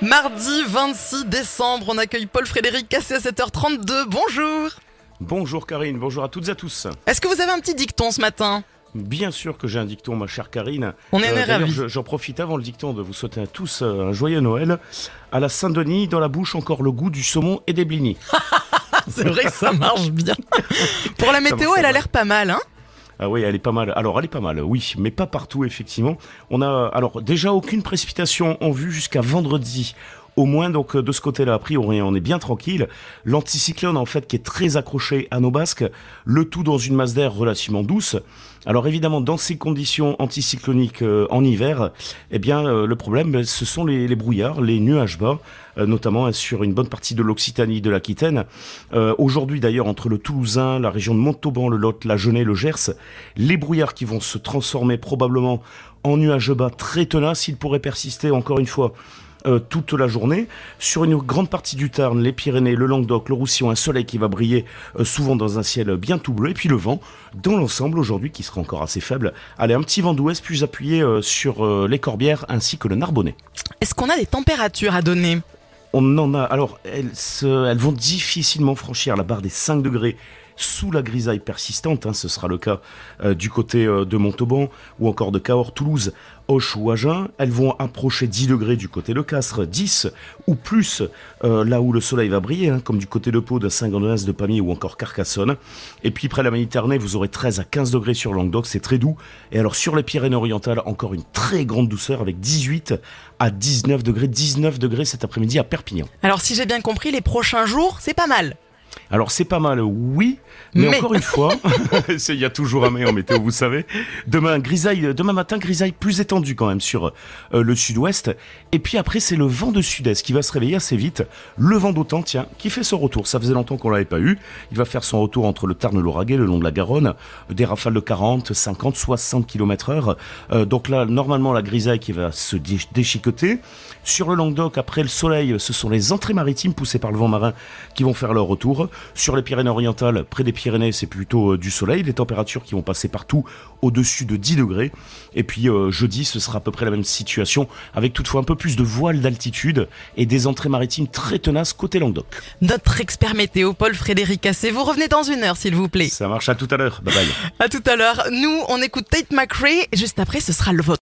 Mardi 26 décembre, on accueille Paul-Frédéric Cassé à 7h32. Bonjour. Bonjour Karine, bonjour à toutes et à tous. Est-ce que vous avez un petit dicton ce matin ? Bien sûr que j'ai un dicton, ma chère Karine. On est ravis. J'en profite avant le dicton de vous souhaiter à tous un joyeux Noël. À la Saint-Denis, dans la bouche encore le goût du saumon et des blinis. C'est vrai que ça marche bien. Pour la météo, elle a l'air pas mal, hein ? Ah oui, elle est pas mal. Alors, elle est pas mal, oui, mais pas partout, effectivement. On a, alors, déjà aucune précipitation en vue jusqu'à vendredi. Au moins, donc, de ce côté-là, a priori, on est bien tranquille. L'anticyclone, en fait, qui est très accroché à nos basques. Le tout dans une masse d'air relativement douce. Alors, évidemment, dans ces conditions anticycloniques en hiver, eh bien, le problème, ce sont les brouillards, les nuages bas, notamment sur une bonne partie de l'Occitanie, de l'Aquitaine. Aujourd'hui, d'ailleurs, entre le Toulousain, la région de Montauban, le Lot, la Genée, le Gers, les brouillards qui vont se transformer probablement en nuages bas très tenaces, ils pourraient persister encore une fois toute la journée. Sur une grande partie du Tarn, les Pyrénées, le Languedoc, le Roussillon, un soleil qui va briller souvent dans un ciel bien tout bleu, et puis le vent dans l'ensemble aujourd'hui qui sera encore assez faible. Allez, un petit vent d'ouest plus appuyé sur les Corbières ainsi que le Narbonnais. Est-ce qu'on a des températures à donner ? On en a, alors elles vont difficilement franchir la barre des 5 degrés sous la grisaille persistante, ce sera le cas du côté de Montauban ou encore de Cahors, Toulouse, Auch ou Agen. Elles vont approcher 10 degrés du côté de Castres, 10 ou plus là où le soleil va briller, comme du côté de Pau, de Saint-Gonesse, de Pamiers ou encore Carcassonne. Et puis près de la Méditerranée, vous aurez 13 à 15 degrés sur Languedoc, c'est très doux. Et alors sur les Pyrénées-Orientales, encore une très grande douceur avec 18 à 19 degrés cet après-midi à Perpignan. Alors si j'ai bien compris, les prochains jours, c'est pas mal. Alors c'est pas mal, oui, mais encore une fois, il y a toujours un mais en météo, vous savez. Demain matin, grisaille plus étendue quand même sur le sud-ouest. Et puis après, c'est le vent de sud-est qui va se réveiller assez vite. Le vent d'OTAN, tiens, qui fait son retour. Ça faisait longtemps qu'on l'avait pas eu. Il va faire son retour entre le Tarn et l'Auragais, le long de la Garonne. Des rafales de 40, 50, 60 km/h. Donc là, normalement, la grisaille qui va se déchiqueter. Sur le Languedoc, après le soleil, ce sont les entrées maritimes poussées par le vent marin qui vont faire leur retour. Sur les Pyrénées-Orientales, près des Pyrénées, c'est plutôt du soleil, des températures qui vont passer partout au-dessus de 10 degrés. Et puis jeudi, ce sera à peu près la même situation, avec toutefois un peu plus de voile d'altitude et des entrées maritimes très tenaces côté Languedoc. Notre expert météo, Paul-Frédéric Cassé, vous revenez dans une heure, s'il vous plaît. Ça marche, à tout à l'heure. Bye bye. À tout à l'heure. Nous, on écoute Tate McRae, juste après, ce sera le vôtre.